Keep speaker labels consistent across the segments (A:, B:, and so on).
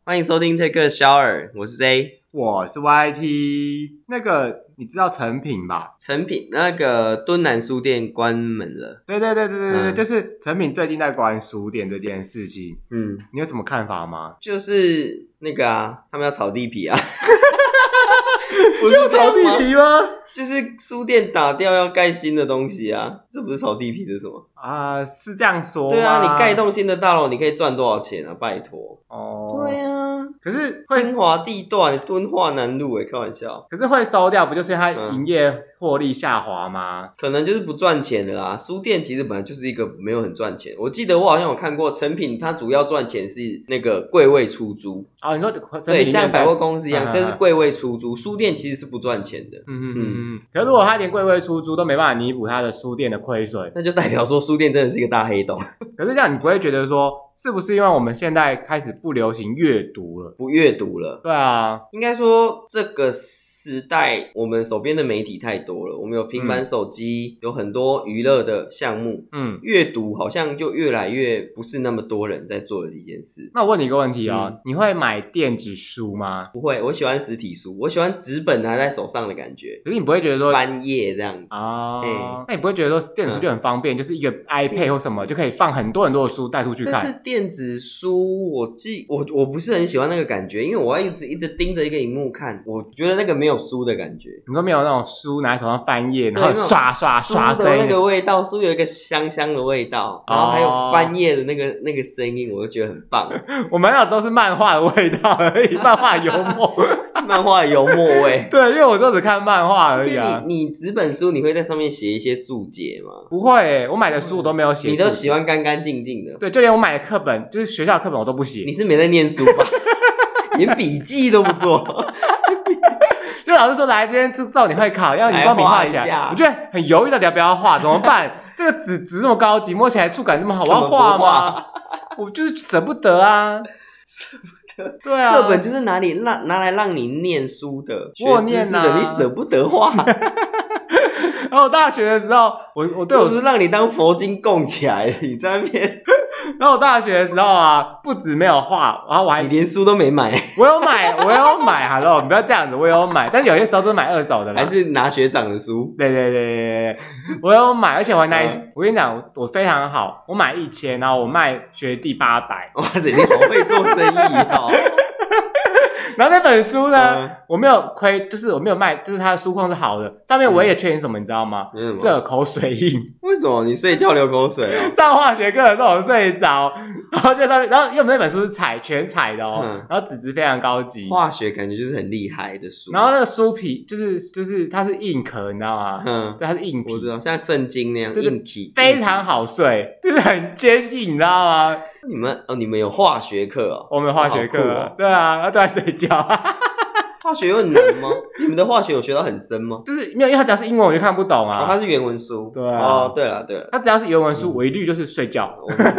A: 欢迎收听 Take a Shower， 我是 J，
B: 我是 YT。你知道成品吧？
A: 成品那个敦南书店关门了。
B: 对，就是成品最近在关书店这件事情。你有什么看法吗？
A: 就是那个他们要炒地皮啊。不是
B: 要炒地皮吗？
A: 就是书店打掉要盖新的东西啊，这不是炒地皮，这是什么
B: 是这样说吗？
A: 对啊，你盖一栋新的大楼，你可以赚多少钱啊？拜托。对啊，
B: 可是
A: 精华地段敦化南路开玩笑。
B: 可是会收掉，不就是因为它营业获利下滑吗？
A: 可能就是不赚钱了啊。书店其实本来就是一个没有很赚钱。我记得我好像有看过成品，它主要赚钱是那个柜位出租。
B: 你说
A: 对，像百货公司一样，这是柜位出租。书店其实是不赚钱的。
B: 可是如果他连柜位出租都没办法弥补他的书店的亏损，
A: 那就代表说书店真的是一个大黑洞。
B: 可是这样你不会觉得说，是不是因为我们现在开始不流行阅读了？
A: 不阅读了？对
B: 啊，
A: 应该说这个时代我们手边的媒体太多了，我们有平板手机，有很多娱乐的项目。阅读好像就越来越不是那么多人在做的一件事。
B: 那我问你一个问题你会买电子书吗？
A: 不会，我喜欢实体书，我喜欢纸本拿在手上的感觉。
B: 可是你不会觉得说
A: 翻页这样子
B: 那你不会觉得说电子书就很方便，就是一个 iPad 或什么就可以放很多的书带出去看？
A: 但是电子书我不是很喜欢那个感觉，因为我要一直盯着一个萤幕看，我觉得那个没有书的感觉。
B: 你说没有那种书拿在手上翻页，然后刷声音
A: 的那个味道，书有一个香香的味道，然后还有翻页的那个声音，我就觉得很棒。
B: 我们那时候是漫画的味道而已，漫画油墨。
A: 漫画油墨味。
B: 对，因为我都只看漫画而已啊。
A: 你纸本书你会在上面写一些注解吗？
B: 不会我买的书我都没有写。
A: 你都喜欢干干净净的。
B: 对，就连我买的课本，就是学校的课本我都不写。
A: 你是没在念书吧？连笔记都不做。
B: 就老师说来，今天照你会考，要你光笔画起来，我觉得很犹豫，到底要不要画，怎么办？这个纸这么高级，摸起来触感这么好，我要画吗？我就是舍不得啊。
A: 舍不得。
B: 对啊，
A: 课本就是拿来让你念书的，
B: 我念
A: 的，你舍不得画。
B: 然后我大学的时候，我对我
A: 是让你当佛经供起来的，你在那边。
B: 然后我大学的时候不止没有画，然后
A: 你连书都没买。
B: 我有买 ，Hello， 你不要这样子，我有买，但是有些时候都是买二手的啦，
A: 还是拿学长的书。
B: 对，我有买，而且我跟你讲，我非常好，我买1000，然后我卖学弟800。
A: 哇塞，你好会做生意哦。
B: 然后那本书呢，我没有亏，就是我没有卖，就是它的书况是好的。上面唯一的缺点是什么，你知道吗？是有口水印。
A: 为什么？你睡觉流口水
B: 上化学课的时候我睡着，然后就上面，然后因为我们那本书是全彩的然后纸质非常高级。
A: 化学感觉就是很厉害的书。
B: 然后那个书皮就是它是硬壳，你知道吗？对，它是硬皮。
A: 我知道，像圣经那样硬皮，
B: 非常好睡，就是很坚硬，你知道吗？
A: 你们有化学课
B: 我们有化学课对啊，然后都在睡觉。
A: 化学有很难吗？你们的化学有学到很深吗？
B: 就是没有，因为它只要是英文我就看不懂啊。
A: 它是原文书。
B: 对啊。
A: 对了，
B: 它只要是原文书，我一律就是睡觉。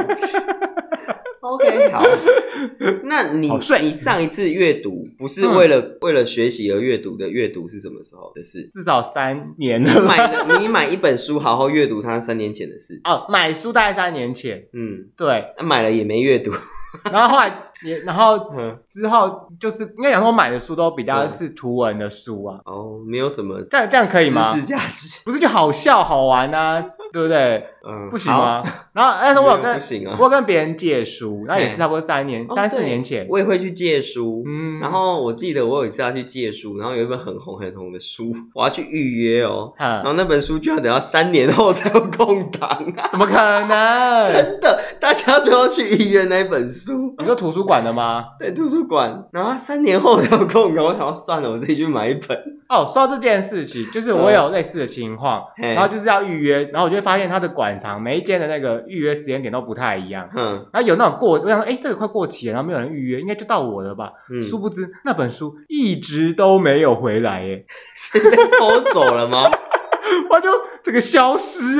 A: OK， 好。那你上一次阅读不是为了学习而阅读的，阅读是什么时候的事？
B: 至少3年了。
A: 你买一本书好好阅读它3年前的事。
B: 买书大概3年前。对。
A: 买了也没阅读。
B: 然后后来之后就是应该讲说，我买的书都比较是图文的书啊。
A: 没有什么
B: 这样可以吗？
A: 知识价值
B: 不是就好笑好玩啊，对不对？不行吗？然后但是我有跟别人借书，那也是差不多34年前，
A: 我也会去借书。然后我记得我有一次要去借书，然后有一本很红的书，我要去预约然后那本书居然等到3年后才有空档
B: 怎么可能？
A: 真的，大家都要去预约那本书。
B: 你说图书馆的吗？
A: 对，图书馆。然后3年后才有空档，我想算了，我自己去买一本。
B: 说到这件事情，就是我有类似的情况，然后就是要预约，然后我就会发现它的馆藏每一间的那个预约时间点都不太一样。然后有那种我想说，这个快过期了，然后没有人预约，应该就到我了吧？殊不知那本书一直都没有回来耶。
A: 是被偷走了吗？
B: 我就这个消失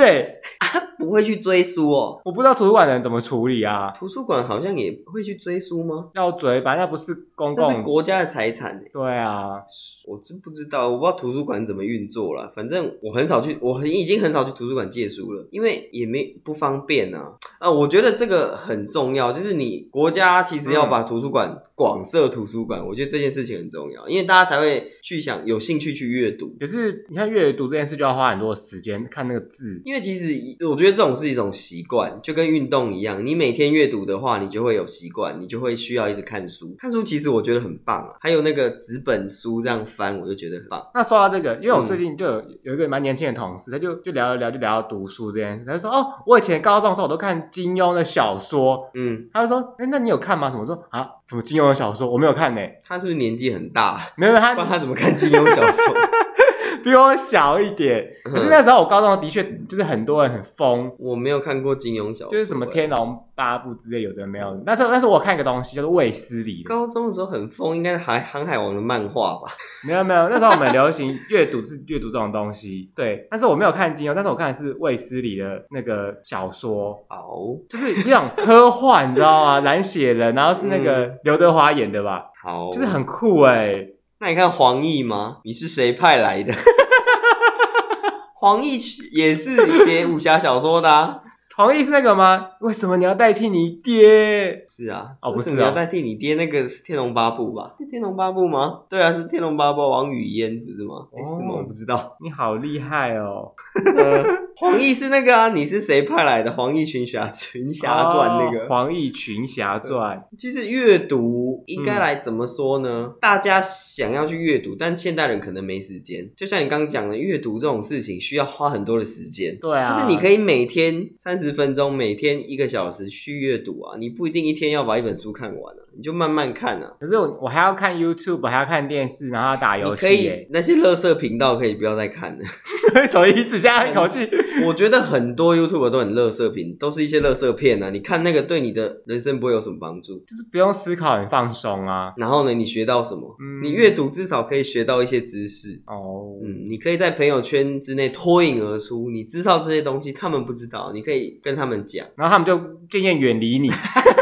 A: 不会去追书哦。
B: 我不知道图书馆的人怎么处理啊。
A: 图书馆好像也会去追书吗？
B: 要追吧，那不是公共，
A: 那是国家的财产。
B: 对啊，
A: 我真不知道，我不知道图书馆怎么运作啦。反正我已经很少去图书馆借书了，因为也不方便啊。我觉得这个很重要，就是你国家其实要把图书馆广设图书馆，我觉得这件事情很重要，因为大家才会去有兴趣去阅读。
B: 可是你看阅读这件事就要花很多时间看那个字，
A: 因为其实我觉得这种是一种习惯，就跟运动一样，你每天阅读的话，你就会有习惯，你就会需要一直看书。看书其实我觉得很棒啊，还有那个纸本书这样翻，我就觉得很棒。
B: 那说到这个，因为我最近就有一个蛮年轻的同事，他就聊到读书这件事，他就说我以前高中的时候我都看金庸的小说，他就说那你有看吗？什么说啊？什么金庸的小说我没有看呢？
A: 他是不是年纪很大？
B: 没有，不然
A: 他怎么看金庸小说？
B: 比我小一点，可是那时候我高中的确就是很多人很疯。
A: 我没有看过金庸小说，
B: 就是什么天龙八部之类，有的没有的。但是我看一个东西叫做卫斯理的。
A: 高中的时候很疯，应该是航海王的漫画吧？
B: 没有，那时候我们流行阅读这种东西，对。但是我没有看金庸，但是我看的是卫斯理的那个小说，就是这种科幻，你知道吗？蓝血人，然后是那个刘德华演的吧？
A: 好，
B: 就是很酷欸。
A: 那你看黄奕吗？你是谁派来的？黄奕也是写武侠小说的啊。
B: 黄奕是那个吗？为什么你要代替你爹？
A: 是啊，
B: 不是
A: 你要代替你爹，那个是天龙八部吧？是天龙八部吗？对啊，是天龙八部，王语嫣不是吗？是吗？我不知道。
B: 你好厉害哦。
A: 黄奕是那个啊，你是谁派来的？黄奕群侠传那个。
B: 黄奕群侠传。
A: 其实阅读应该来怎么说呢？大家想要去阅读，但现代人可能没时间。就像你刚刚讲的，阅读这种事情需要花很多的时间。
B: 对啊。
A: 但是你可以每天30分钟，每天1个小时去阅读啊，你不一定一天要把一本书看完啊，你就慢慢看啊。
B: 可是我还要看 YouTube， 还要看电视，然后要打游戏。
A: 可以那些垃圾频道可以不要再看了。
B: 什么意思？现在一口气。
A: 我觉得很多 YouTuber 都很垃圾频，都是一些垃圾片啊。你看那个对你的人生不会有什么帮助，
B: 就是不用思考，很放松啊。
A: 然后呢，你学到什么？你阅读至少可以学到一些知识你可以在朋友圈之内脱颖而出，你知道这些东西他们不知道，你可以跟他们讲，
B: 然后他们就渐渐远离你。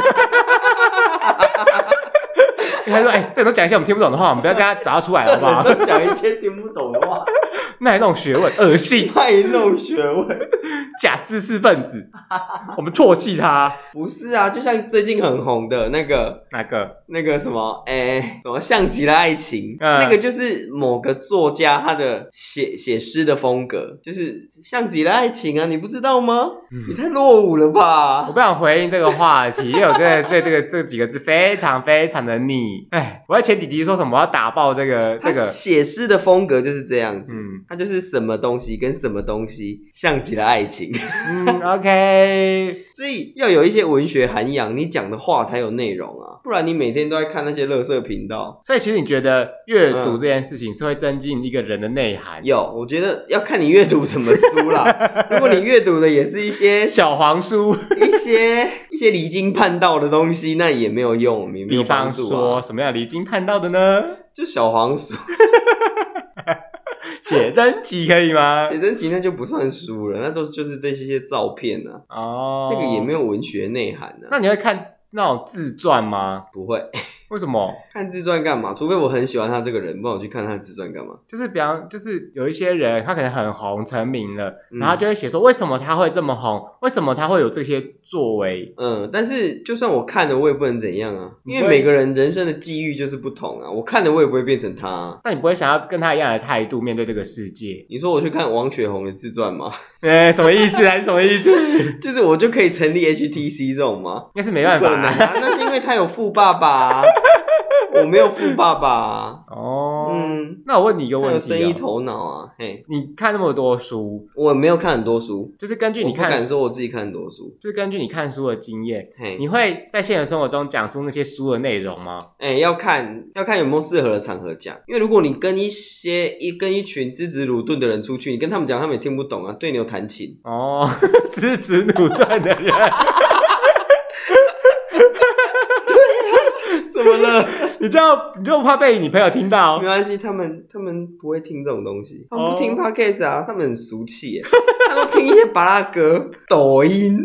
B: 他说：“这都讲一些我们听不懂的话，我们不要跟他找他出来好不好？”
A: 都讲一些听不懂的话，
B: 卖弄学问，恶心，
A: 卖弄学问，
B: 假知识分子，我们唾弃他。
A: 不是啊，就像最近很红的那个
B: 哪个？
A: 那个什么什么像极了爱情，那个就是某个作家他的写诗的风格，就是像极了爱情啊，你不知道吗？你太落伍了吧！
B: 我不想回应这个话题，因为我觉得这几个字非常非常的腻。我在前几集说什么我要打爆这个
A: 他写诗的风格就是这样子，他就是什么东西跟什么东西像极了爱情。
B: OK，
A: 所以要有一些文学涵养，你讲的话才有内容啊，不然你每天都在看那些垃圾频道。
B: 所以其实你觉得阅读这件事情是会增进一个人的内涵？
A: 我觉得要看你阅读什么书啦。如果你阅读的也是一些
B: 小黄书，
A: 一些离经叛道的东西，那也没有用，也没有帮助啊。
B: 比方说什么样离经叛道的呢？
A: 就小黄书。
B: 写真集可以吗？
A: 写真集那就不算书了，那都就是这些照片啊。那个也没有文学内涵啊。
B: 那你会看那种自传吗？
A: 不会。
B: 为什么？
A: 看自传干嘛？除非我很喜欢他这个人，不然我去看他的自传干嘛？
B: 就是就是有一些人他可能很红成名了，然后就会写说为什么他会这么红，为什么他会有这些作为。
A: 但是就算我看了我也不能怎样啊，因为每个人人生的际遇就是不同啊，我看了我也不会变成他啊。
B: 那你不会想要跟他一样的态度面对这个世界？
A: 你说我去看王雪红的自传吗？
B: 什么意思？还是什么意思？
A: 就是我就可以成立 HTC 这种吗？
B: 应该是没办法啊。
A: 那是因为他有富爸爸啊。我没有富爸爸啊。
B: 那我问你一个问题，
A: 他有生意头脑啊。
B: 你看那么多书，
A: 我没有看很多书，
B: 就是根据你看，
A: 我不敢说我自己看很多书，
B: 就是根据你看书的经验，你会在现实生活中讲出那些书的内容吗？
A: 要看有没有适合的场合讲，因为如果你跟一群支持鲁顿的人出去，你跟他们讲，他们也听不懂啊，对牛弹琴。
B: 支持鲁顿的人。
A: 怎么了？
B: 你就怕被你朋友听到？
A: 没关系，他们不会听这种东西，他们不听 podcast 啊，他们很俗气耶，他们听一些芭乐歌、抖音。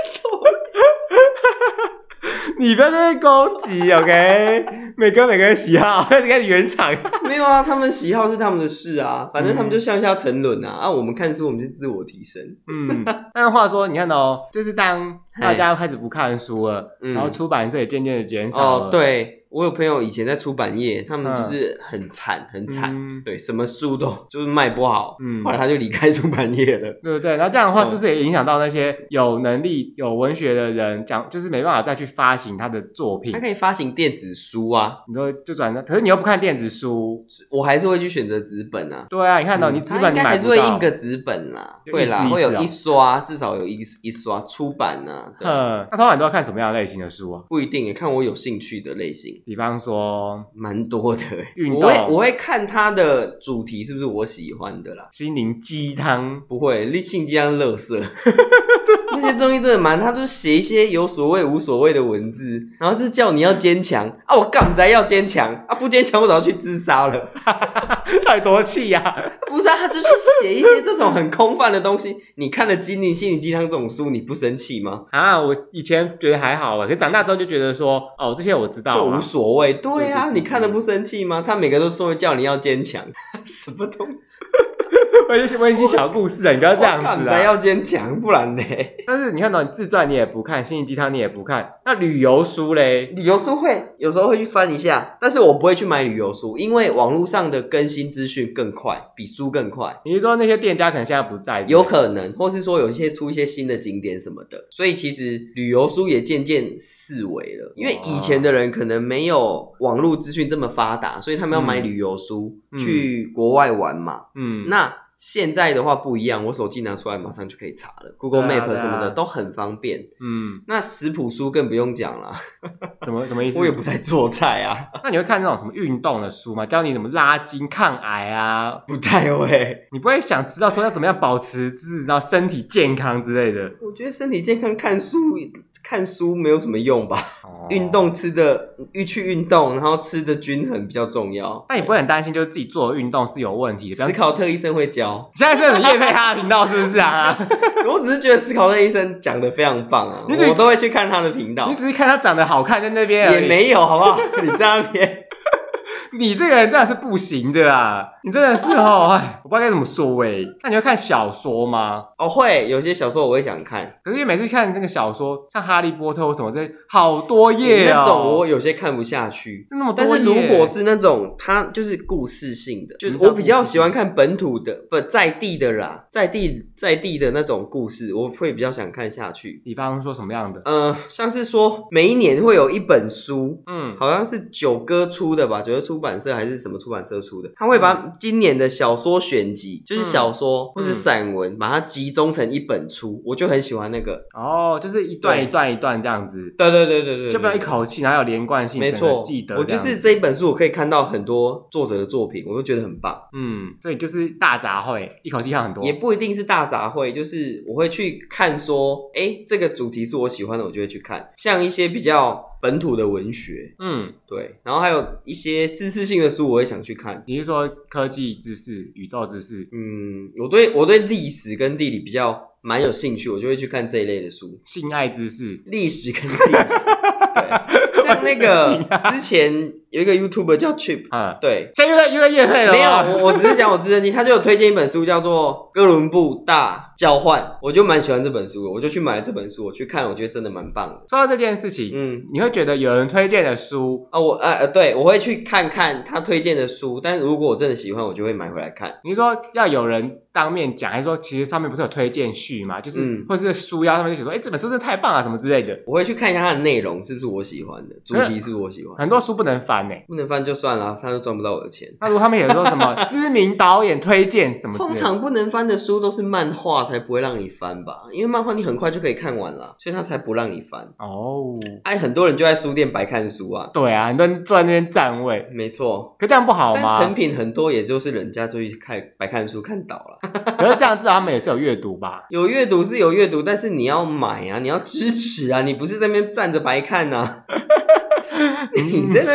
B: 你不要在那攻击 ，OK？ 每个人喜好，开始圆场。
A: 没有啊，他们喜好是他们的事啊，反正他们就向下沉沦啊。我们看书，我们就自我提升。
B: 但话说，你看哦，就是当大家开始不看书了，然后出版社也渐渐的减少了。
A: 对。我有朋友以前在出版业，他们就是很惨，对，什么书都就是卖不好，后来他就离开出版业了，
B: 对不对？然后这样的话，是不是也影响到那些有能力、有文学的人，就是没办法再去发行他的作品？
A: 他可以发行电子书啊，
B: 你说就转，可是你又不看电子书，
A: 我还是会去选择纸本啊。
B: 对啊，你看到你纸本你买不到，
A: 还是会印个纸本啦，会啦，会有一刷，至少有一刷出版啊。
B: 那通常你都要看什么样的类型的书啊？
A: 不一定，看我有兴趣的类型，
B: 比方说。
A: 蛮多的
B: 运动，
A: 我会看它的主题是不是我喜欢的啦。
B: 心灵鸡汤
A: 不会，心灵鸡汤垃圾。那些东西真的他就是写一些有所谓无所谓的文字，然后就是叫你要坚强啊！我干嘛要坚强啊？不坚强我早要去自杀了。
B: 太多气呀！
A: 不是啊，他就是写一些这种很空泛的东西。你看了心灵鸡汤这种书，你不生气吗？
B: 啊，我以前觉得还好可是长大之后就觉得说，哦，这些我知道
A: 就无所谓。对啊，你看了不生气吗？他每个都说叫你要坚强，什么东西？
B: 温馨小故事啊，你不要这样子啊！
A: 才要坚强，不然嘞。
B: 但是你看到你自传你也不看，心灵鸡汤你也不看，那旅游书嘞？
A: 旅游书有时候会去翻一下，但是我不会去买旅游书，因为网络上的更新资讯更快，比书更快。
B: 你是说那些店家可能现在不在？
A: 有可能，或是说有出一些新的景点什么的，所以其实旅游书也渐渐式微了。因为以前的人可能没有网络资讯这么发达，所以他们要买旅游书去国外玩嘛。那现在的话不一样，我手机拿出来马上就可以查了 ，Google Map 什么的都很方便。那食谱书更不用讲了。
B: 什么意思？
A: 我也不太做菜啊。
B: 那你会看那种什么运动的书吗？教你怎么拉筋、抗癌啊？
A: 不太会。
B: 你不会想知道说要怎么样保持就是让身体健康之类的？
A: 我觉得身体健康看书没有什么用吧。运动去运动，然后吃的均衡比较重要。
B: 那你不会很担心，就是自己做的运动是有问题的？
A: 史考特医生会教。
B: 现在是很业配他的频道是不是啊？
A: 我只是觉得史考特医生讲得非常棒啊，我都会去看他的频道。
B: 你只是看他长得好看在那边而已，
A: 也没有好不好？你在那边。
B: 你这个人真的是不行的啊！你真的是我不知道该怎么说那你会看小说吗？
A: 会，有些小说我会想看，
B: 可是因为每次看这个小说，像哈利波特或什么这些，好多页
A: 那种我有些看不下去。
B: 那么多页，
A: 但是如果是那种它就是故事性的，就是我比较喜欢看本土的，在地的啦，在地的那种故事，我会比较想看下去。
B: 比方说什么样的？
A: 像是说每一年会有一本书，好像是九歌出的吧，九歌出版社还是什么出版社出的，他会把今年的小说选集，就是小说或是散文，把它集中成一本书，我就很喜欢那个。
B: 就是一段一段一段这样子。
A: 对，
B: 就不要一口气，然后有连贯性，
A: 没错，
B: 记得。
A: 我就是这一本书，我可以看到很多作者的作品，我都觉得很棒。
B: 所以就是大杂烩，一口气看很多。
A: 也不一定是大杂烩，就是我会去看说，这个主题是我喜欢的，我就会去看。像一些比较本土的文学，对，然后还有一些知识性的书，我会想去看。
B: 你是说科技知识、宇宙知识？
A: 我对历史跟地理比较蛮有兴趣，我就会去看这一类的书。
B: 性爱知识、
A: 历史跟地理，对，像那个之前有一个 YouTuber 叫 Chip，对，
B: 现在又在业配了吗？
A: 没有，我只是讲我直升机，他就有推荐一本书叫做《哥伦布大交换》，我就蛮喜欢这本书的，我就去买了这本书，我去看，我觉得真的蛮棒的。
B: 说到这件事情，你会觉得有人推荐的书
A: 对，我会去看看他推荐的书，但如果我真的喜欢，我就会买回来看。
B: 你说要有人当面讲，还是说其实上面不是有推荐序嘛？就是或者是书腰上面就写说，这本书真的太棒了什么之类的。
A: 我会去看一下它的内容是不是我喜欢的，主题是不是我喜欢的。
B: 很多书不能翻不
A: 能翻就算了，他就赚不到我的钱。
B: 那如果他们有说什么知名导演推荐什么之类的，
A: 通常不能翻的书都是漫画才不会让你翻吧？因为漫画你很快就可以看完了，所以他才不让你翻。很多人就在书店白看书啊。
B: 对啊，很多人坐在那边占位。
A: 没错，
B: 可这样不好吗？
A: 但成品很多，也就是人家就去白看书看倒了。
B: 可是这样至少他们也是有阅读吧？
A: 有阅读是有阅读，但是你要买啊，你要支持啊，你不是在那边站着白看啊。你在那边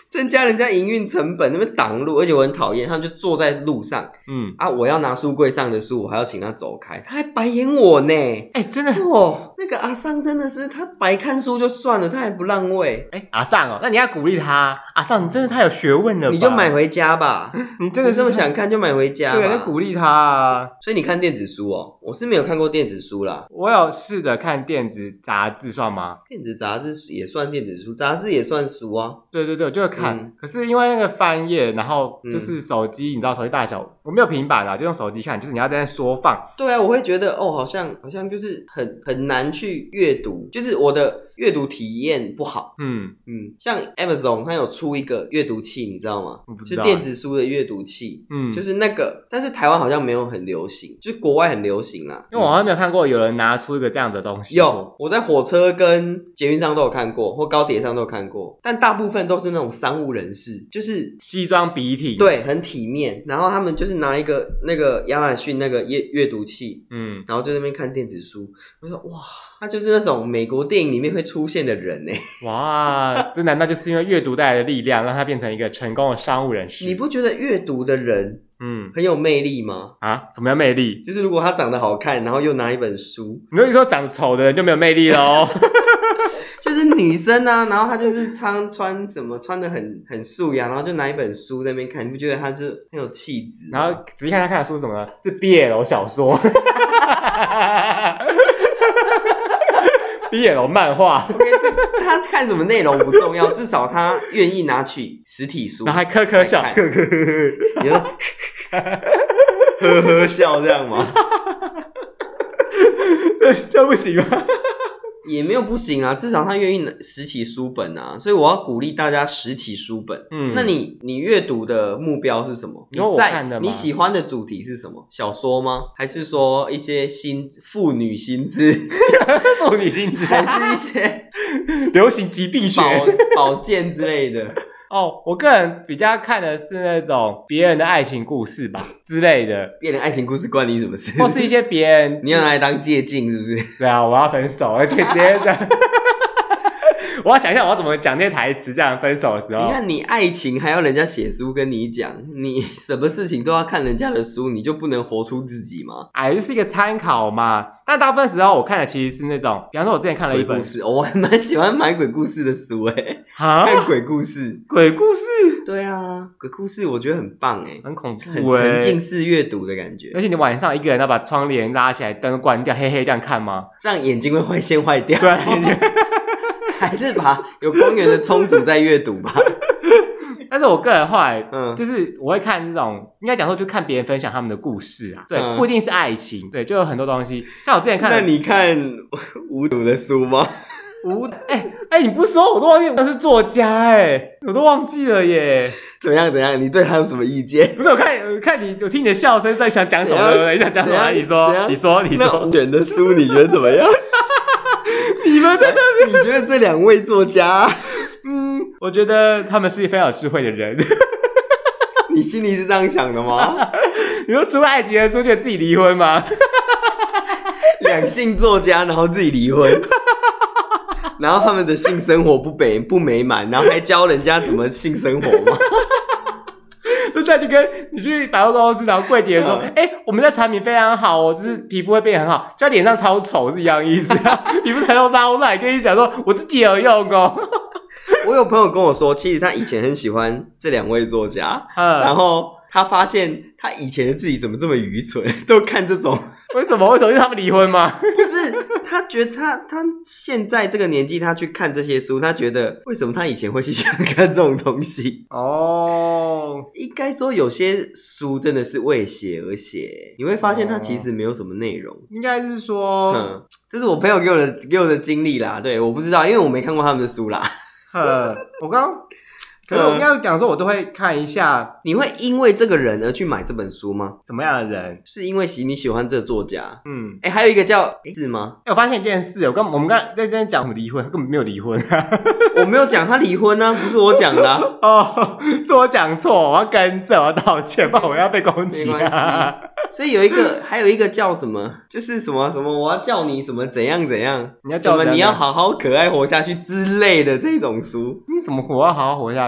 A: 增加人家营运成本，那边挡路，而且我很讨厌，他们就坐在路上，我要拿书柜上的书，我还要请他走开，他还白眼我呢。
B: 真的
A: 那个阿桑真的是，他白看书就算了，他还不让位。
B: 阿桑那你要鼓励他，阿桑你真的太有学问了吧，
A: 你就买回家吧。
B: 你真的
A: 这么想看就买回家吧。
B: 对，要鼓励他啊。
A: 所以你看电子书我是没有看过电子书啦。
B: 我有试着看电子杂志，算吗？
A: 电子杂志也算电子书，杂志也算书啊。
B: 对，我就会看。可是因为那个翻页，然后就是手机，你知道手机大小，我没有平板啦，就用手机看，就是你要在那缩放。
A: 对啊，我会觉得好像就是很难去阅读，就是我的阅读体验不好。像 Amazon 它有出一个阅读器，你知道吗？
B: 我不知道。
A: 是电子书的阅读器。就是那个，但是台湾好像没有很流行，就国外很流行啦。
B: 因为我好像没有看过有人拿出一个这样的东西。
A: 有，我在火车跟捷运上都有看过，或高铁上都有看过，但大部分都是那种商务人士，就是
B: 西装笔挺，
A: 对，很体面。然后他们就是拿一个那个亚马逊那个阅读器，然后就在那边看电子书。我说哇，他就是那种美国电影里面会出现的人呢。
B: 哇，这难道就是因为阅读带来的力量，让他变成一个成功的商务人士？
A: 你不觉得阅读的人很有魅力吗？
B: 怎么样魅力？
A: 就是如果他长得好看，然后又拿一本书，
B: 你说长得丑的人就没有魅力咯？
A: 就是女生啊，然后她就是穿什么穿得很素雅，然后就拿一本书在那边看，你不觉得她就很有气质？
B: 然后仔细看她看的书是什么呢？是 BL 小说BL 漫画。
A: 他看什么内容不重要，至少他愿意拿取实体书，
B: 然后还呵呵笑，
A: 你说呵呵笑这样吗？
B: 这不行吗？
A: 也没有不行啊，至少他愿意拾起书本啊，所以我要鼓励大家拾起书本。那你阅读的目标是什么？你喜欢的主题是什么？小说吗？还是说一些妇女心智？
B: 妇女心智，
A: 还是一些
B: 流行疾病学、
A: 保健之类的？
B: 我个人比较看的是那种别人的爱情故事吧之类的。
A: 别人爱情故事关你什么事？
B: 或是一些别人
A: 你要拿来当借镜是不是？
B: 对啊，我要分手，可以直接这样。我要想一下我要怎么讲那些台词，这样分手的时候。
A: 你看你爱情还要人家写书跟你讲，你什么事情都要看人家的书，你就不能活出自己吗？
B: 就是一个参考嘛。但大部分时候我看的其实是那种，比方说我之前看了一本
A: 鬼故事，我还蛮喜欢买鬼故事的书看鬼故事。
B: 鬼故事？
A: 对啊，鬼故事我觉得很棒
B: 很恐怖
A: 很沉浸式阅读的感觉。
B: 而且你晚上一个人要把窗帘拉起来，灯关掉，黑黑这样看吗？
A: 这样眼睛会先坏掉。
B: 对
A: 还是把有光源的充足在阅读吧。
B: 但是我个人后来就是我会看这种，应该讲说就看别人分享他们的故事啊，对，不一定是爱情，对，就有很多东西。像我之前看
A: 那你看无毒的书吗？
B: 你不说我都忘记他是作家我都忘记了耶。
A: 怎么样？你对他有什么意见？
B: 不是，我看你，我听你的笑声在想讲什么，对不对？你想讲什么？你说。
A: 那选的书你觉得怎么样？
B: 你们在那
A: 边，你觉得这两位作家？
B: 我觉得他们是非常有智慧的人。
A: 你心里是这样想的吗？
B: 你说除了爱情的书，觉得自己离婚吗？
A: 两性作家，然后自己离婚，然后他们的性生活不美满，然后还教人家怎么性生活吗？
B: 就再去跟你去百货公司，然后柜姐说：“我们的产品非常好哦，就是皮肤会变很好，就脸上超丑是一样意思。皮肤才能发红，来跟你讲说我自己有用哦。”
A: 我有朋友跟我说，其实他以前很喜欢这两位作家，然后他发现他以前的自己怎么这么愚蠢，都看这种。
B: 为什么？因为他们离婚吗？
A: 不是，他觉得他现在这个年纪，他去看这些书，他觉得为什么他以前会去想看这种东西？应该说有些书真的是为写而写，你会发现它其实没有什么内容。
B: 应该是说，
A: 这是我朋友给我的经历啦。对，我不知道，因为我没看过他们的书啦。
B: 可是我应该讲说，我都会看一下。
A: 你会因为这个人而去买这本书吗？
B: 什么样的人？
A: 是因为你喜欢这个作家？还有一个叫是吗？
B: 我发现一件事，我们刚才在这边讲离婚，他根本没有离婚
A: 我没有讲他离婚啊，不是我讲的
B: 是我讲错，我要更正，我要道歉，不然我要被攻击
A: 所以还有一个叫什么，就是什么我要叫你什么怎样，
B: 你要叫
A: 你要好好可爱活下去之类的这种书。
B: 什么我要好好活下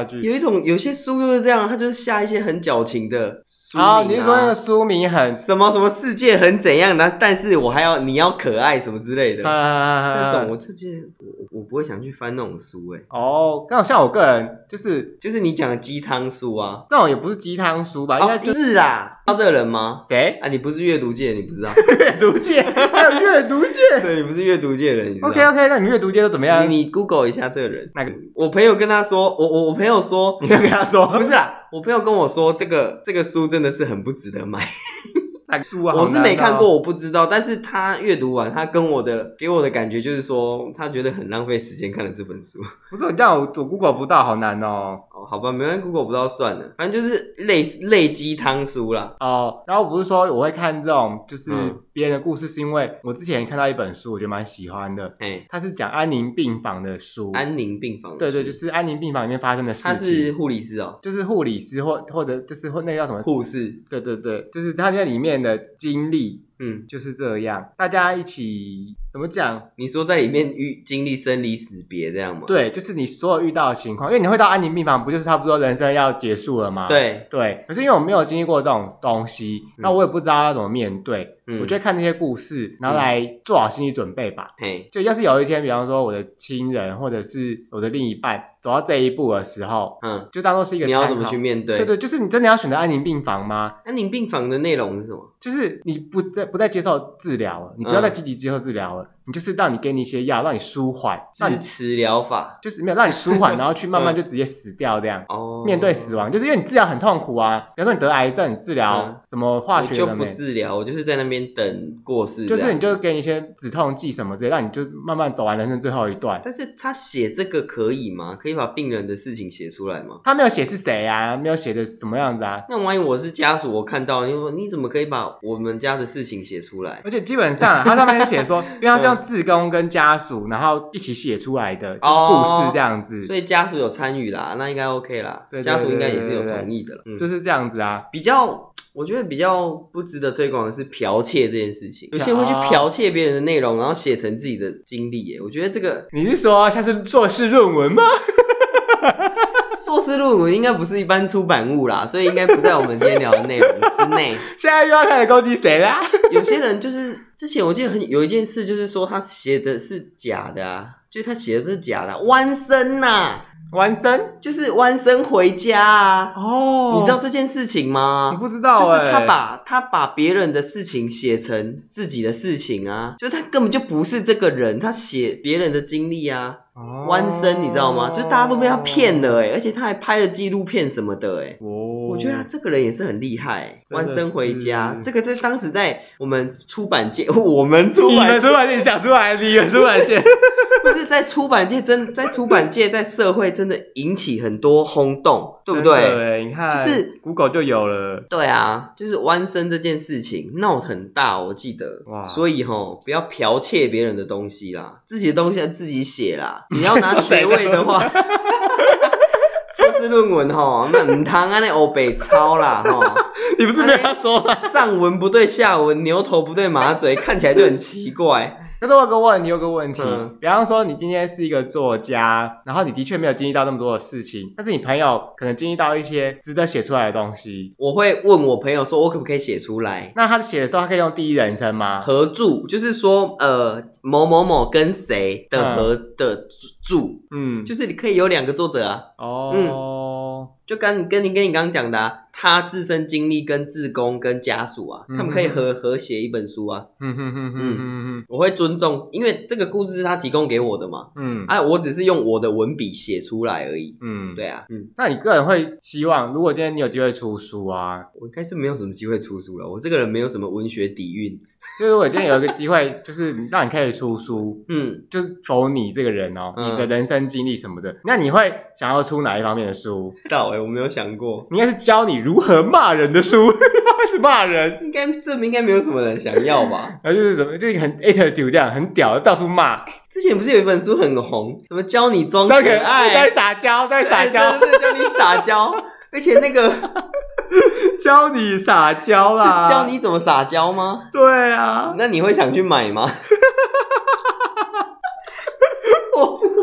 B: 去。
A: 有些书就是这样，它就是下一些很矫情的书名
B: 啊。你是说那个书名很
A: 什么世界很怎样的，但是你要可爱什么之类的那种，我就觉得我不会想去翻那种书
B: 哦，刚好像我个人就是
A: 你讲的鸡汤书啊，
B: 这种也不是鸡汤书吧？应该
A: 是啊。知道这个人吗？
B: 谁
A: 啊？你不是阅读界，你不知道
B: 阅读界还有阅读界？
A: 对，你不是阅读界的人，你知道
B: OK， 那你们阅读界都怎么样？
A: 你 Google 一下这个人。
B: 那个
A: 我朋友跟他说，我朋友说，
B: 你没有跟他说？
A: 不是啦，我朋友跟我说，这个书真的是很不值得买。
B: 书啊，
A: 我是没看过，我不知道。但是他阅读完，他给我的感觉就是说，他觉得很浪费时间看了这本书。
B: 不是，你这样我 Google 不到，好难哦。
A: 好吧，没关系 ，Google 不到算了，反正就是类鸡汤书啦。
B: 然后不是说我会看这种就是别人的故事，是因为我之前看到一本书，我觉得蛮喜欢的。它是讲安宁病房的书。
A: 安宁病房的书，
B: 对，就是安宁病房里面发生的事情。
A: 他是护理师哦，
B: 就是护理师或者就是那个叫什么
A: 护士。对，
B: 就是他在里面的经历。就是这样，大家一起怎么讲？
A: 你说在里面经历生离死别这样吗？
B: 对，就是你所有遇到的情况，因为你会到安宁病房，不就是差不多人生要结束了吗？
A: 对，
B: 可是因为我没有经历过这种东西，那我也不知道要怎么面对。我就会看那些故事，然后来做好心理准备吧。就要是有一天，比方说我的亲人或者是我的另一半走到这一步的时候，就当做是一个参考。
A: 你要怎么去面对？
B: 对，就是你真的要选择安宁病房吗？
A: 安宁病房的内容是什么？
B: 就是你不再接受治疗了，你不要再积极接受治疗了，你就是给你一些药，让你舒缓。
A: 支持疗法
B: 就是没有让你舒缓，然后去慢慢就直接死掉这样。面对死亡，就是因为你治疗很痛苦啊。比方说你得癌症，你治疗什么化学的，
A: 我就不治疗，我就是在那边等过世。
B: 就是你就给你一些止痛剂什么之类，让你就慢慢走完人生最后一段。
A: 但是他写这个可以吗？可以把病人的事情写出来吗？
B: 他没有写是谁啊，没有写的什么样子啊。
A: 那万一我是家属，我看到你怎么可以把我们家的事情写出来？
B: 而且基本上他上面就写说，因为他是用志工跟家属然后一起写出来的，就是故事这样子。
A: 所以家属有参与啦，那应该 OK 啦。家属应该也是有同意的啦。
B: 就是这样子啊。
A: 我觉得比较不值得推广的是剽窃这件事情。有些人会去剽窃别人的内容，然后写成自己的经历耶。我觉得这个，
B: 你是说像是硕士论文吗？
A: 硕士论文应该不是一般出版物啦，所以应该不在我们今天聊的内容之内。
B: 现在又要开始攻击谁啦？
A: 有些人就是之前我记得有一件事，就是说他写的是假的啊，就是他写的是假的，弯身呐。
B: 弯身
A: 就是弯身回家啊！你知道这件事情吗？
B: 我不知道
A: 就是他把别人的事情写成自己的事情啊，就是他根本就不是这个人，他写别人的经历啊。弯身你知道吗？就是大家都被他骗了而且他还拍了纪录片什么的我觉得他这个人也是很厉害弯身回家，这个在当时在我们出版界，你们出版界
B: 讲出来，你们出版界
A: 不是在出版界在出版界在社会真的引起很多轰动，对不对？
B: 你看，
A: 就是
B: Google 就有了。
A: 对啊，就是弯身这件事情闹很大，我记得。所以不要剽窃别人的东西啦，自己的东西要自己写啦。你要拿学位的话，硕士论文那唔通安尼欧北抄啦
B: 你不是没有要说吗？
A: 上文不对下文，牛头不对马嘴，看起来就很奇怪。
B: 可是我有个问题，比方说你今天是一个作家，然后你的确没有经历到那么多的事情，但是你朋友可能经历到一些值得写出来的东西，
A: 我会问我朋友说，我可不可以写出来？
B: 那他写的时候，他可以用第一人称吗？
A: 合著就是说，某某某跟谁的的著，就是你可以有2个作者啊。就跟你刚刚讲的啊，他自身经历跟志工跟家属啊，他们可以合写一本书啊。我会尊重，因为这个故事是他提供给我的嘛。我只是用我的文笔写出来而已。对啊。
B: 那你个人会希望，如果今天你有机会出书啊，
A: 我应该是没有什么机会出书了。我这个人没有什么文学底蕴。
B: 就是我今天有一个机会，就是让你可以出书，就是否你这个人你的人生经历什么的，那你会想要出哪一方面的书？
A: 我没有想过，
B: 应该是教你如何骂人的书，是骂人，
A: 这应该没有什么人想要吧？
B: 就是怎么就很 attitude 这样很屌，到处骂。
A: 之前不是有一本书很红，什么教你装可爱，
B: 教你撒娇，
A: 对，教你撒娇，而且那个。
B: 教你撒娇啦，
A: 是教你怎么撒娇吗？
B: 对啊，
A: 那你会想去买吗？我不会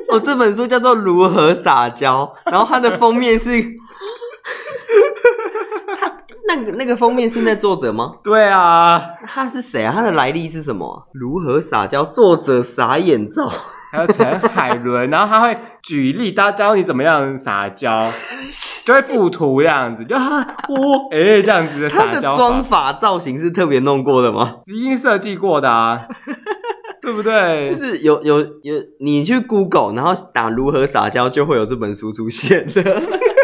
A: 哦，这本书叫做《如何撒娇》，然后它的封面是那个封面是那作者吗？
B: 对啊，
A: 他是谁啊？他的来历是什么？如何撒娇？作者傻眼照，
B: 还有陈海伦，然后他会举例，他教你怎么样撒娇，就会附图这样子，就这样子的撒娇法。他
A: 的妆法造型是特别弄过的吗？
B: 已经设计过的啊。对不对？
A: 就是有，你去 Google， 然后打如何撒娇，就会有这本书出现的。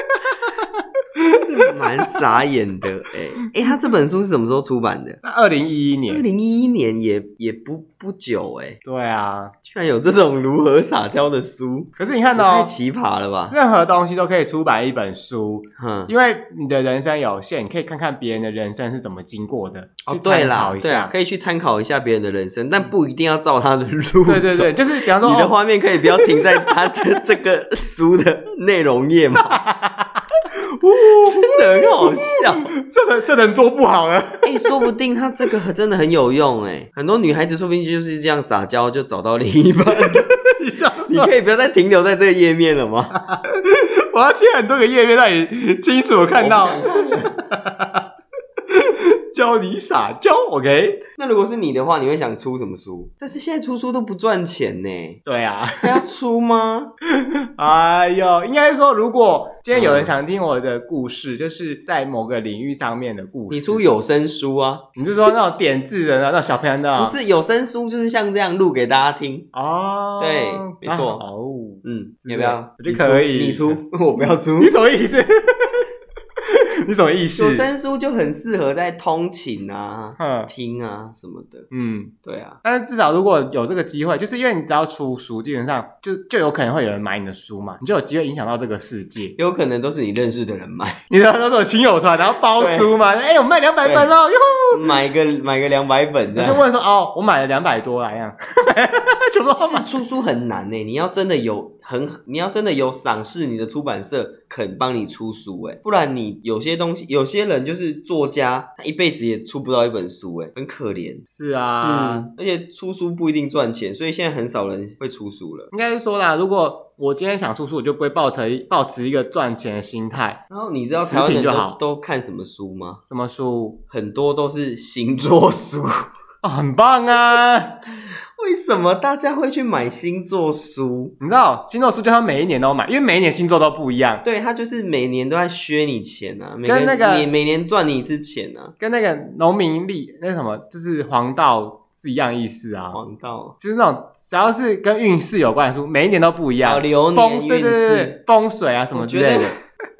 A: 蛮傻眼的他这本书是什么时候出版的
B: ？2011年。
A: 2011年也不久
B: 对啊，
A: 居然有这种如何撒娇的书。
B: 可是你看
A: 太奇葩了吧？
B: 任何东西都可以出版一本书，因为你的人生有限，你可以看看别人的人生是怎么经过的，去参考一下。
A: 对啦，可以去参考一下别人的人生，但不一定要照他的路走。
B: 对，就是比方说
A: 你的画面可以不要停在他这个书的内容页嘛。真的很好笑，
B: 射程做不好了。
A: 说不定他这个真的很有用很多女孩子说不定就是这样撒娇就找到另一半。你可以不要再停留在这个页面了吗？
B: 我要切很多个页面让你清楚看到。教你撒娇 ，OK？
A: 那如果是你的话，你会想出什么书？但是现在出书都不赚钱呢。
B: 对啊，
A: 还要出吗？
B: 哎呦，应该说，如果今天有人想听我的故事，就是在某个领域上面的故事，
A: 你出有声书啊？
B: 你是说那种点字的那种小朋友的？
A: 不是有声书，就是像这样录给大家听
B: 哦。
A: 对，没错。要不要？
B: 我觉得可以。
A: 你出，我不要出。
B: 你什么意思？你什么意思？
A: 有声书就很适合在通勤啊、听啊什么的。对啊。
B: 但是至少如果有这个机会，就是因为你只要出书，基本上就有可能会有人买你的书嘛，你就有机会影响到这个世界。
A: 有可能都是你认识的人买，
B: 你知道那种亲友团，然后包书嘛，我卖200本咯，
A: 买个200本这样。
B: 就问说我买了200多啦，这样。
A: 是出书很难你要真的有赏识你的出版社肯帮你出书不然你有些东西，有些人就是作家，他一辈子也出不到一本书很可怜。
B: 是啊，
A: 而且出书不一定赚钱，所以现在很少人会出书了。
B: 应该是说啦，如果我今天想出书，我就不会抱持一个赚钱的心态。
A: 然后你知道台湾人都看什么书吗？
B: 什么书？
A: 很多都是星座书。
B: 很棒啊！
A: 为什么大家会去买星座书？
B: 你知道星座书就他每一年都买，因为每一年星座都不一样。
A: 对，他就是每年都在削你钱啊，每年赚你一次钱啊，
B: 跟那个农民历那什么，就是黄道是一样意思啊。
A: 黄道
B: 就是那种只要是跟运势有关的书，每一年都不一样。
A: 流年运势、
B: 风水啊什么之类的。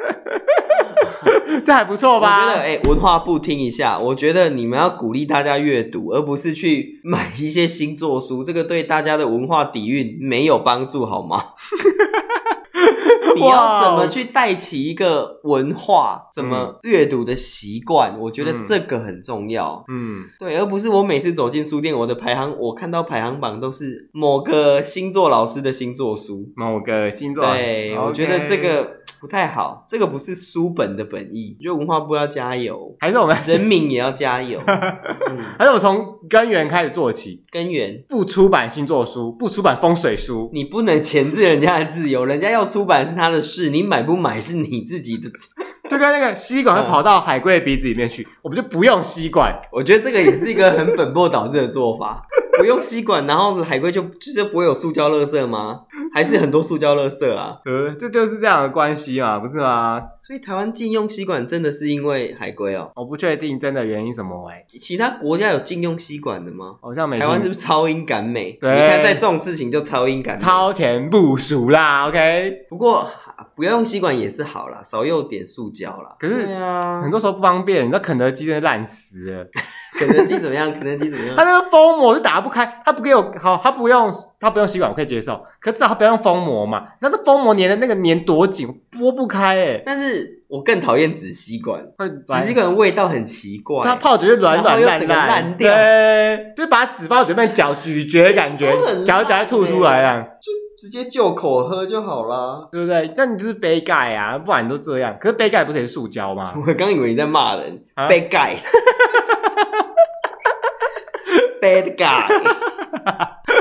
B: 这还不错吧？
A: 我觉得文化部听一下，我觉得你们要鼓励大家阅读，而不是去买一些星座书，这个对大家的文化底蕴没有帮助好吗？你要怎么去带起一个文化，怎么阅读的习惯，我觉得这个很重要。对，而不是我每次走进书店，我看到排行榜都是某个星座老师的星座书，
B: 某个星座老师。
A: 对，我觉得这个不太好，这个不是书本的本意。我觉得文化部要加油，
B: 还是我们
A: 人民也要加油。
B: 还是我们从根源开始做起。
A: 根源
B: 不出版星座书，不出版风水书，
A: 你不能钳制人家的自由，人家要出版是他的事，你买不买是你自己的。
B: 就跟那个吸管会跑到海龟的鼻子里面去，我们就不用吸管。
A: 我觉得这个也是一个很本末倒置的做法。不用吸管，然后海龟就是不会有塑胶垃圾吗？还是很多塑胶垃圾啊？
B: 这就是这样的关系嘛，不是吗？
A: 所以台湾禁用吸管真的是因为海龟哦？
B: 我不确定真的原因什么
A: 其他国家有禁用吸管的吗？
B: 好像没。
A: 台湾是不是超英赶美？
B: 对，
A: 你看在这种事情就超英赶美，
B: 超前部署啦 ，OK。
A: 不过不要用吸管也是好啦，少用点塑胶啦。
B: 可是很多时候不方便，你知道肯德基真的烂死了。
A: 肯德基怎么样？肯德基怎么样？
B: 他那个封膜就打不开，他不给我好，他不用吸管我可以接受，可至少他不要用封膜嘛。那个封膜粘的粘多紧，拨不开
A: 但是我更讨厌纸吸管，纸吸管的味道很奇怪，
B: 它泡久就软烂
A: 掉，
B: 对，就把纸包嘴边嚼咀嚼的感觉，嚼再吐出来啊，
A: 就直接就口喝就好啦，
B: 对不对？那你就是杯盖啊，不然你都这样。可是杯盖不是也是塑胶吗？
A: 我刚以为你在骂人，杯盖。Bad guy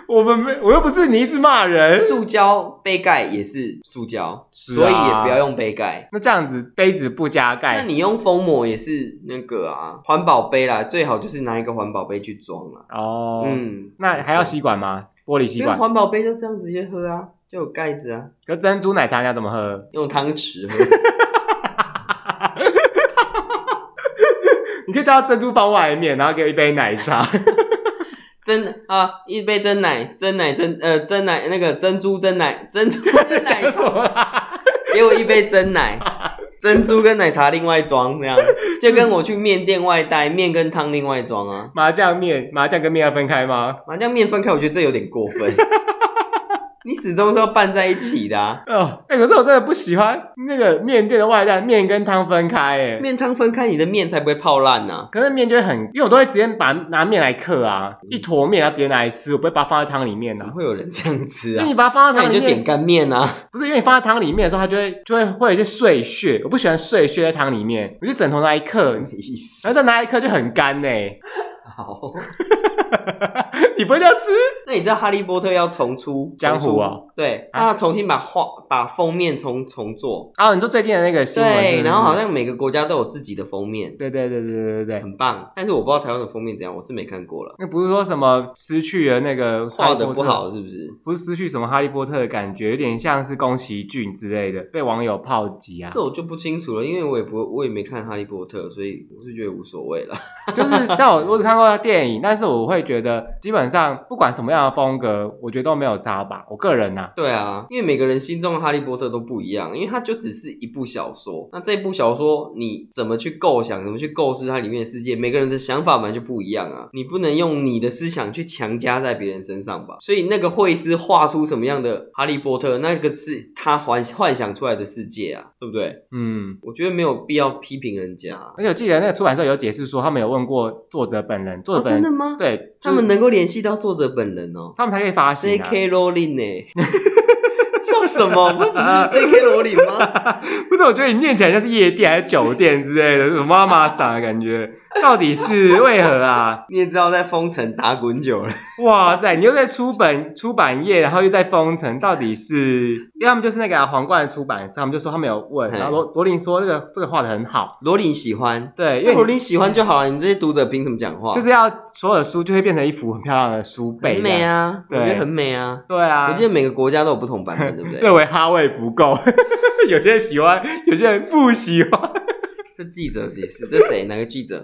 B: 我又不是你一直骂人。
A: 塑胶杯盖也是塑胶，所以也不要用杯盖。
B: 那这样子杯子不加盖，
A: 那你用封膜也是那个啊，环保杯啦，最好就是拿一个环保杯去装啦。
B: 哦，那还要吸管吗？玻璃吸管？
A: 环保杯就这样直接喝啊，就有盖子啊。
B: 可珍珠奶茶你要怎么喝？
A: 用汤匙喝。
B: 你可以叫珍珠放外面，然后给我一杯奶茶。
A: 一杯真奶那个珍珠真奶茶，给我一杯真奶，珍珠跟奶茶另外装，这样就跟我去面店外带，面跟汤另外装啊。
B: 麻酱跟面要分开吗？
A: 麻酱面分开，我觉得这有点过分。你始终是要拌在一起的啊！
B: 可是我真的不喜欢那个面店的外带，面跟汤分开
A: 面汤分开，你的面才不会泡烂啊。
B: 可是面就会因为我都会直接拿面来嗑啊，一坨面然后直接拿来吃，我不会把它放在汤里面啊。
A: 怎么会有人这样吃啊？
B: 因为你把它放在汤里面，
A: 那你就点干面啊。
B: 不是，因为你放在汤里面的时候，它就会有一些碎屑，我不喜欢碎屑在汤里面，我就整坨拿来嗑，
A: 什么意思？
B: 然后再拿来嗑就很干
A: 好。
B: 你不会这样吃？
A: 那你知道哈利波特要重出
B: 江湖啊？
A: 对，他重新把封面重做。
B: 你说最近的那个新闻，
A: 对，然后好像每个国家都有自己的封面。
B: 对，
A: 很棒。但是我不知道台湾的封面怎样，我是没看过了。
B: 那不是说什么失去了那个
A: 画的不好，是不是？
B: 不是失去什么哈利波特的感觉，有点像是宫崎骏之类的，被网友炮击啊。
A: 这我就不清楚了，因为我也没看哈利波特，所以我是觉得无所谓了。
B: 就是像我只看过电影，但是我会觉得基本上不管什么样的风格，我觉得都没有差吧。我个人啊，
A: 对啊，因为每个人心中的哈利波特都不一样，因为它就只是一部小说。那这部小说你怎么去构想，怎么去构思它里面的世界，每个人的想法本来就不一样啊。你不能用你的思想去强加在别人身上吧。所以那个绘师画出什么样的哈利波特，那个是他幻想出来的世界啊，对不对？我觉得没有必要批评人家。
B: 而且我记得那个出版社有解释说，他们有问过作者本人，
A: 真的吗？
B: 对，
A: 他们能够联系到作者本人哦，
B: 他们才可以发行啊。
A: J.K. Rowling 笑什么？不是 J.K. Rowling 吗？
B: 不是，我觉得你念起来像是夜店还是酒店之类的，什么妈妈桑的感觉，到底是为何啊？
A: 你也知道在封城打滚久了，
B: 哇塞！你又在出版业，然后又在封城，到底是？因为他们就是那个皇冠的出版社，他们就说他们有问，然后罗琳说这个画得很好，
A: 罗琳喜欢，
B: 对，因为
A: 罗琳喜欢就好了，你们这些读者凭什么讲话？
B: 就是要所有的书就会变成一幅很漂亮的书背，
A: 很美啊，我觉得很美啊，
B: 对啊，
A: 我记得每个国家都有不同版本，对不对？
B: 认为哈味不够，有些人喜欢，有些人不喜欢。
A: 这记者也是，这谁？哪个记者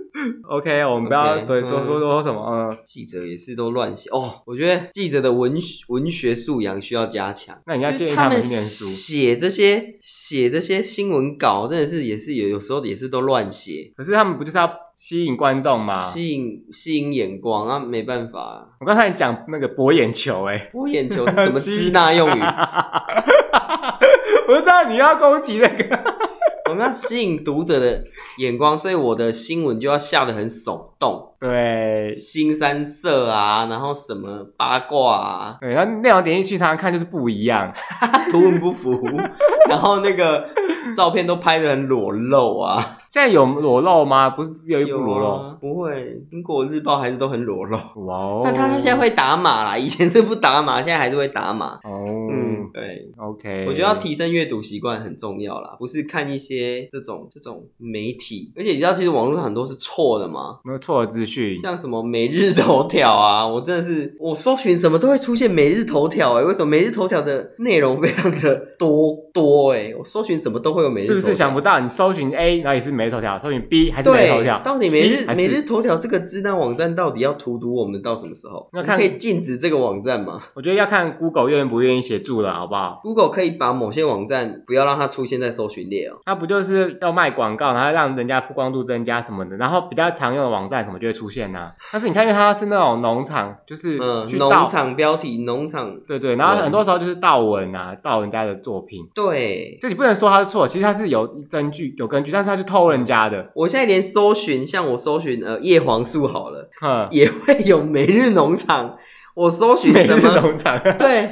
B: ？OK， 我们不要多说什么。
A: 记者也是都乱写哦。我觉得记者的文学素养需要加强。
B: 那你要建议他们去念书。
A: 写这些新闻稿，真的是也是有时候也是都乱写。
B: 可是他们不就是要吸引观众吗？
A: 吸引眼光啊，没办法。
B: 我刚才讲那个博眼球，
A: 博眼球是什么支那用语？
B: 我知道你要攻击那个。
A: 我们要吸引读者的眼光，所以我的新闻就要下得很耸动，
B: 对，
A: 新三色啊，然后什么八卦啊，
B: 对，然后内容点进去常常看就是不一样，
A: 图文不符，然后那个照片都拍得很裸露啊。
B: 现在有裸露吗？不是有一部裸露？
A: 啊，不会，苹果日报还是都很裸露。
B: 哇哦！
A: 但他现在会打码啦，以前是不打码，现在还是会打码。
B: 哦，
A: 对
B: ，OK，
A: 我觉得要提升阅读习惯很重要啦，不是看一些这种媒体，而且你知道其实网络上很多是错的吗？
B: 没有错的资讯，
A: 像什么每日头条啊，我真的是我搜寻什么都会出现每日头条为什么每日头条的内容非常的多我搜寻什么都会有每日头条，
B: 是不是想不到你搜寻 A 然后也是每日头条，搜寻 B 还是每日头条？
A: 到底每日头条这个支那网站到底要荼毒我们到什么时候？可以禁止这个网站吗？
B: 我觉得要看 Google 愿不愿意协助了，好不好
A: ？Google 可以把某些网站不要让它出现在搜寻列哦。
B: 它不就是要卖广告，然后让人家曝光度增加什么的，然后比较常用的网站什么就会出现啊。但是你看，因为它是那种农场，就是
A: 农场标题，农场
B: 对，然后很多时候就是盗文啊，盗人家的作品。
A: 对，
B: 就你不能说它是错，其实它是有根据，但是它是偷人家的。
A: 我现在连搜寻，像我搜寻叶黄素好了，也会有每日农场。我搜寻什么
B: 每日农场？
A: 对，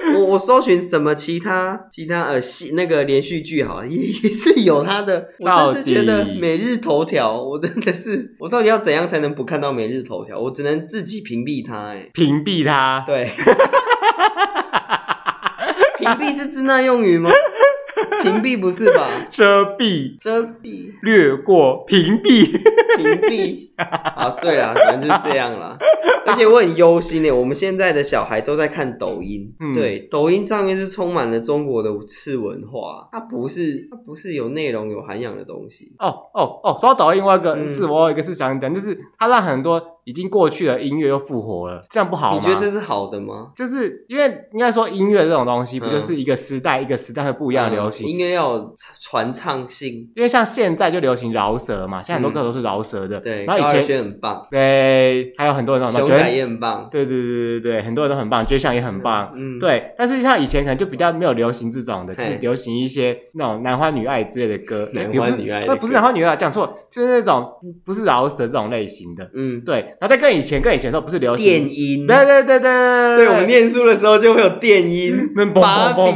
A: 我搜寻什么其他那个连续剧好了，也是有它的。我真是觉得每日头条，我真的是，我到底要怎样才能不看到每日头条？我只能自己屏蔽它。
B: 屏蔽它？
A: 对。屏蔽是支那用语吗？屏蔽不是吧？
B: 遮蔽，略过，屏蔽。
A: 好，对啦，反正就是这样啦。而且我很忧心我们现在的小孩都在看抖音，对，抖音上面是充满了中国的次文化，它不是有内容有涵养的东西。
B: 说到抖音，我有一个是想讲，就是它让很多已经过去的音乐又复活了，这样不好吗？
A: 你觉得这是好的吗？
B: 就是因为应该说音乐这种东西，不就是一个时代会不一样的流行，
A: 音乐要有传唱性。
B: 因为像现在就流行饶舌嘛，现在很多歌都是饶舌的，
A: 对，
B: 然后以前
A: 很棒，
B: 对，还有很多人
A: 熊仔也很棒，
B: 对，很多人都很棒，J 项也很棒，对。但是像以前可能就比较没有流行这种的，就是流行一些那种男欢女爱之类的歌，
A: 男欢女爱，
B: 不是男欢女爱，讲错，就是那种不是饶舌这种类型的，对。然后在更以前的时候不是流行
A: 电音，
B: 对，
A: 我们念书的时候就会有电音，
B: 芭比。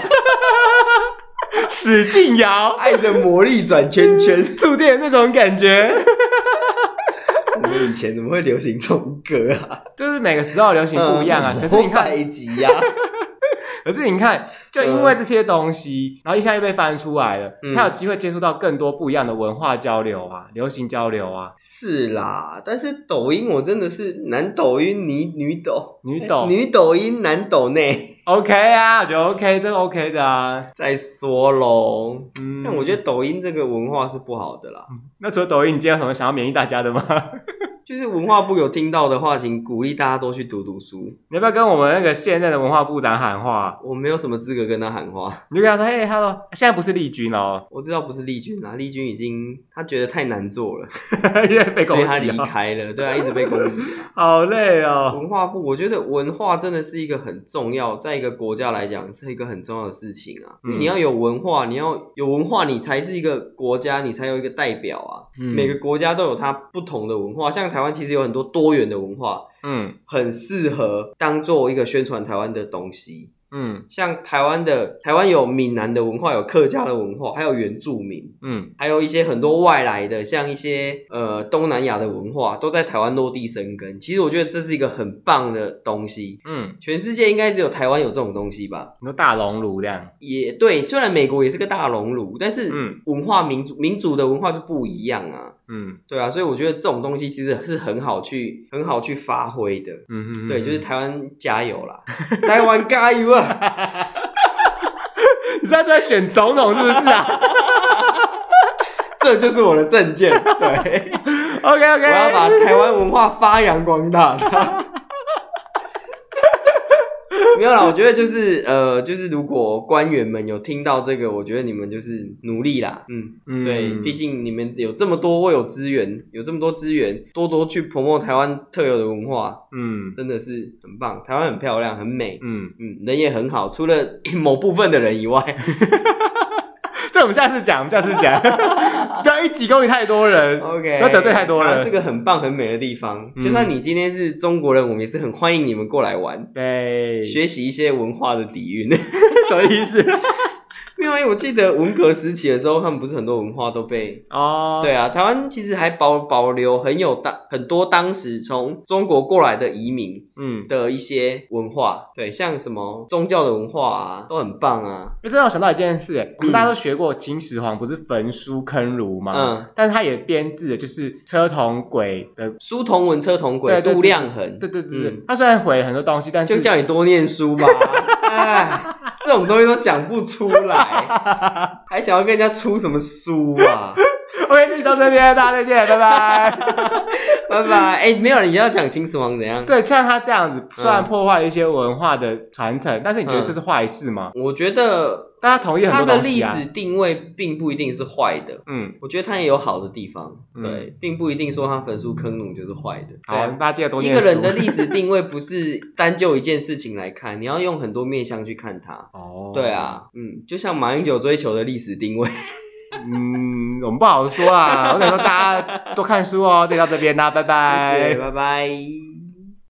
B: 使劲摇，
A: 爱的魔力转圈圈，
B: 触电那种感觉。
A: 我们以前怎么会流行这种歌啊？
B: 就是每个时候流行不一样啊。可是你看，可是你看，就因为这些东西，然后一下又被翻出来了，才有机会接触到更多不一样的文化交流啊，流行交流啊。
A: 是啦，但是抖音我真的是男抖音、女抖音、男抖内。
B: OK 啊，我觉得 OK， 这个 OK 的啊。
A: 再说咯，但我觉得抖音这个文化是不好的啦。
B: 那除了抖音，你今天有什么想要勉励大家的吗？
A: 就是文化部有听到的话，请鼓励大家多去读书。
B: 你要不要跟我们那个现任的文化部长喊话？
A: 我没有什么资格跟他喊话。
B: 你就跟他说：“嘿 ，Hello， 现在不是丽君哦。”
A: 我知道不是丽君啦，丽君已经他觉得太难做了，
B: 因为被攻击，
A: 所以他离开了。对啊，一直被攻击。
B: 好累哦。
A: 文化部，我觉得文化真的是一个很重要，在一个国家来讲是一个很重要的事情啊。你要有文化，你才是一个国家，你才有一个代表啊。每个国家都有它不同的文化，像台湾其实有很多多元的文化，很适合当做一个宣传台湾的东西。像台湾有闽南的文化，有客家的文化，还有原住民，还有一些很多外来的，像一些东南亚的文化，都在台湾落地生根。其实我觉得这是一个很棒的东西。全世界应该只有台湾有这种东西吧？
B: 你说大熔炉这样？
A: 也对，虽然美国也是个大熔炉，但是文化民族的文化就不一样啊。对啊，所以我觉得这种东西其实是很好去发挥的。对，就是台湾加油啦，台湾加油啊！
B: 你现在在选总统是不是啊？
A: 这就是我的政见。对
B: ，OK，
A: 我要把台湾文化发扬光大。没有啦，我觉得就是如果官员们有听到这个，我觉得你们就是努力啦。对，毕竟你们有这么多资源，多多去 promote 台湾特有的文化。真的是很棒，台湾很漂亮，很美。人也很好，除了某部分的人以外。
B: 这我们下次讲，不要一集攻击太多人
A: ，OK，
B: 不要得罪太多人。
A: 它是个很棒很美的地方，就算你今天是中国人，我们也是很欢迎你们过来玩，
B: 对，
A: 学习一些文化的底蕴。
B: 什么意思？
A: 因为我记得文革时期的时候，他们不是很多文化都被对啊，台湾其实还保留很多当时从中国过来的移民的一些文化，对，像什么宗教的文化啊，都很棒啊。
B: 因为这让我想到一件事，我们大家都学过秦始皇不是焚书坑儒吗？但是他也编制了就是车同轨的书
A: 同文车同轨，度量衡。
B: 对，他虽然毁了很多东西，但是
A: 就叫你多念书吧。哎，这种东西都讲不出来，还想要跟人家出什么书啊
B: ？OK， 这集到这边，大家再见，拜拜，
A: 拜拜。没有，你要讲秦始皇怎样？
B: 对，像他这样子，虽然破坏了一些文化的传承，但是你觉得这是坏事吗？
A: 我觉得。
B: 大家同意很多东西
A: 他的历史定位并不一定是坏的，我觉得他也有好的地方，对，并不一定说他焚书坑儒就是坏的。
B: 好，大家记得多念书。
A: 一个人的历史定位不是单就一件事情来看，你要用很多面向去看它。对啊，就像马英九追求的历史定位。
B: 我们不好说啊，我跟你说，大家多看书哦。就到这边啦，拜拜，
A: 谢谢，拜拜。